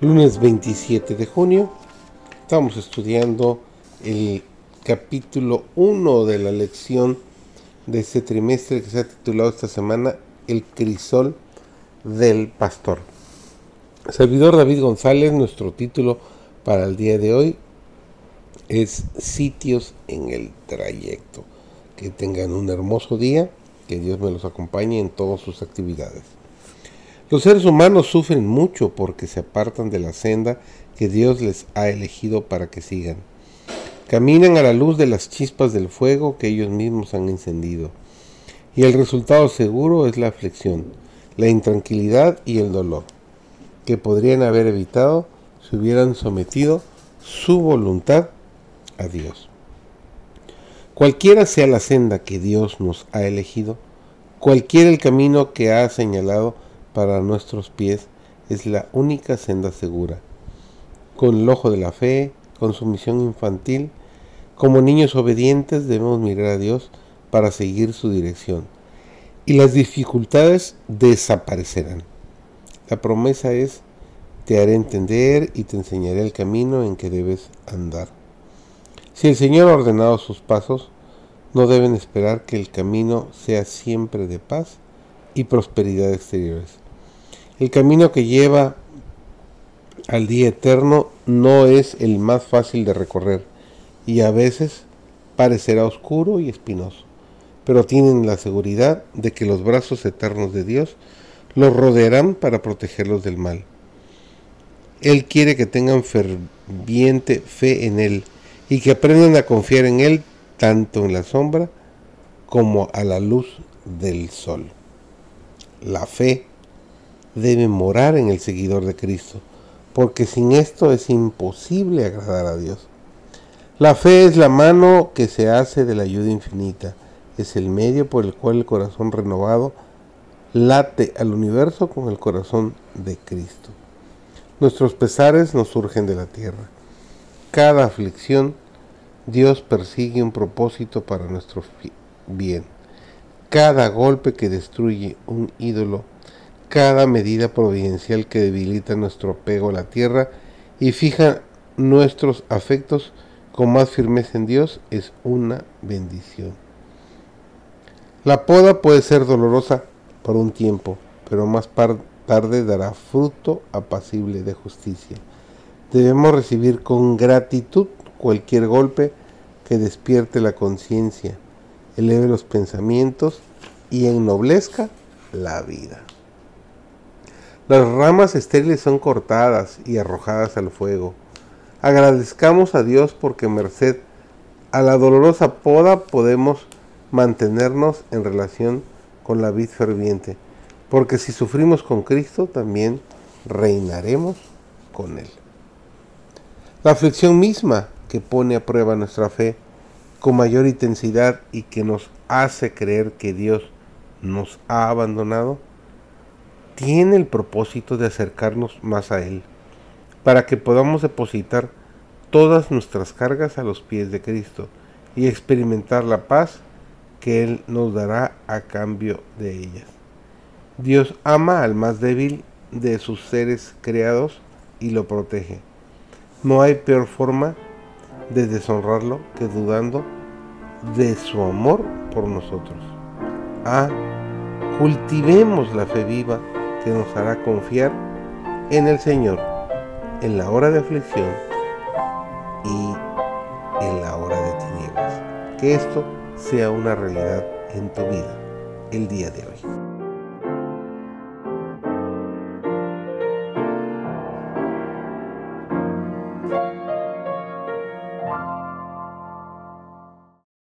Lunes 27 de junio, estamos estudiando el capítulo 1 de la lección de este trimestre que se ha titulado esta semana El crisol del pastor. Servidor David González, nuestro título para el día de hoy es Sitios en el trayecto. Que tengan un hermoso día, que Dios me los acompañe en todas sus actividades. Los seres humanos sufren mucho porque se apartan de la senda que Dios les ha elegido para que sigan. Caminan a la luz de las chispas del fuego que ellos mismos han encendido. Y el resultado seguro es la aflicción, la intranquilidad y el dolor, que podrían haber evitado si hubieran sometido su voluntad a Dios. Cualquiera sea la senda que Dios nos ha elegido, cualquiera el camino que ha señalado para nuestros pies, es la única senda segura. Con el ojo de la fe, con sumisión infantil, como niños obedientes debemos mirar a Dios para seguir su dirección. Y las dificultades desaparecerán. La promesa es: te haré entender y te enseñaré el camino en que debes andar. Si el Señor ha ordenado sus pasos, no deben esperar que el camino sea siempre de paz y prosperidad exteriores. El camino que lleva al día eterno no es el más fácil de recorrer y a veces parecerá oscuro y espinoso, pero tienen la seguridad de que los brazos eternos de Dios los rodearán para protegerlos del mal. Él quiere que tengan ferviente fe en Él y que aprendan a confiar en Él tanto en la sombra como a la luz del sol. La fe debe morar en el seguidor de Cristo, porque sin esto es imposible agradar a Dios. La fe es la mano que se hace de la ayuda infinita, es el medio por el cual el corazón renovado late al universo con el corazón de Cristo. Nuestros pesares nos surgen de la tierra. Cada aflicción, Dios persigue un propósito para nuestro bien. Cada golpe que destruye un ídolo, cada medida providencial que debilita nuestro apego a la tierra y fija nuestros afectos con más firmeza en Dios es una bendición. La poda puede ser dolorosa por un tiempo, pero más tarde dará fruto apacible de justicia. Debemos recibir con gratitud cualquier golpe que despierte la conciencia, eleve los pensamientos y ennoblezca la vida. Las ramas estériles son cortadas y arrojadas al fuego. Agradezcamos a Dios porque merced a la dolorosa poda podemos mantenernos en relación con la vid ferviente, porque si sufrimos con Cristo también reinaremos con Él. La aflicción misma que pone a prueba nuestra fe con mayor intensidad y que nos hace creer que Dios nos ha abandonado, tiene el propósito de acercarnos más a Él, para que podamos depositar todas nuestras cargas a los pies de Cristo y experimentar la paz que Él nos dará a cambio de ellas. Dios ama al más débil de sus seres creados y lo protege. No hay peor forma de deshonrarlo que dudando de su amor por nosotros. Cultivemos la fe viva que nos hará confiar en el Señor en la hora de aflicción y en la hora de tinieblas. Que esto sea una realidad en tu vida el día de hoy.